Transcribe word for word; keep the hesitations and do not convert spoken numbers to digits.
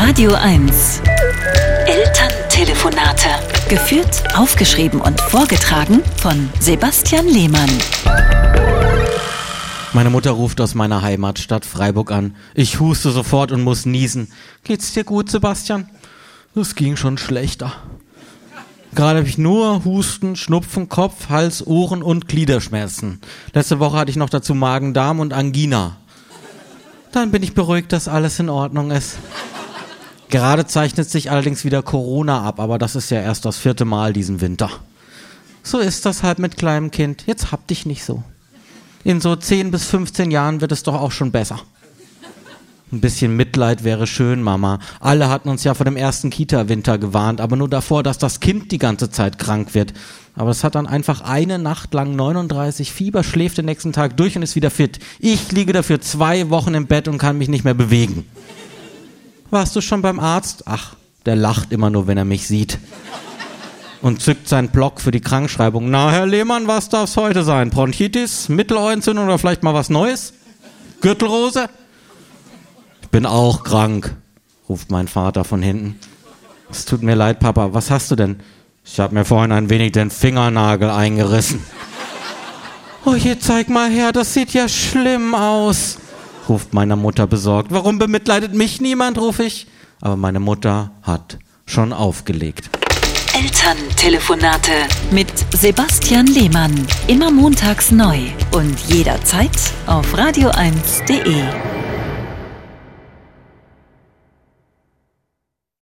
Radio eins. Elterntelefonate. Geführt, aufgeschrieben und vorgetragen von Sebastian Lehmann. Meine Mutter ruft aus meiner Heimatstadt Freiburg an. Ich huste sofort und muss niesen. Geht's dir gut, Sebastian? Es ging schon schlechter. Gerade habe ich nur Husten, Schnupfen, Kopf, Hals, Ohren und Gliederschmerzen. Letzte Woche hatte ich noch dazu Magen-Darm und Angina. Dann bin ich beruhigt, dass alles in Ordnung ist. Gerade zeichnet sich allerdings wieder Corona ab, aber das ist ja erst das vierte Mal diesen Winter. So ist das halt mit kleinem Kind. Jetzt hab dich nicht so. In so zehn bis fünfzehn Jahren wird es doch auch schon besser. Ein bisschen Mitleid wäre schön, Mama. Alle hatten uns ja vor dem ersten Kita-Winter gewarnt, aber nur davor, dass das Kind die ganze Zeit krank wird. Aber es hat dann einfach eine Nacht lang neununddreißig Fieber, schläft den nächsten Tag durch und ist wieder fit. Ich liege dafür zwei Wochen im Bett und kann mich nicht mehr bewegen. Warst du schon beim Arzt? Ach, der lacht immer nur, wenn er mich sieht. Und zückt seinen Block für die Krankschreibung. Na, Herr Lehmann, was darf's heute sein? Bronchitis, Mittelohrentzündung oder vielleicht mal was Neues? Gürtelrose? Ich bin auch krank, ruft mein Vater von hinten. Es tut mir leid, Papa, was hast du denn? Ich habe mir vorhin ein wenig den Fingernagel eingerissen. Oh je, zeig mal her, das sieht ja schlimm aus, ruft meine Mutter besorgt. Warum bemitleidet mich niemand, rufe ich. Aber meine Mutter hat schon aufgelegt. Elterntelefonate mit Sebastian Lehmann. Immer montags neu und jederzeit auf radio eins punkt de.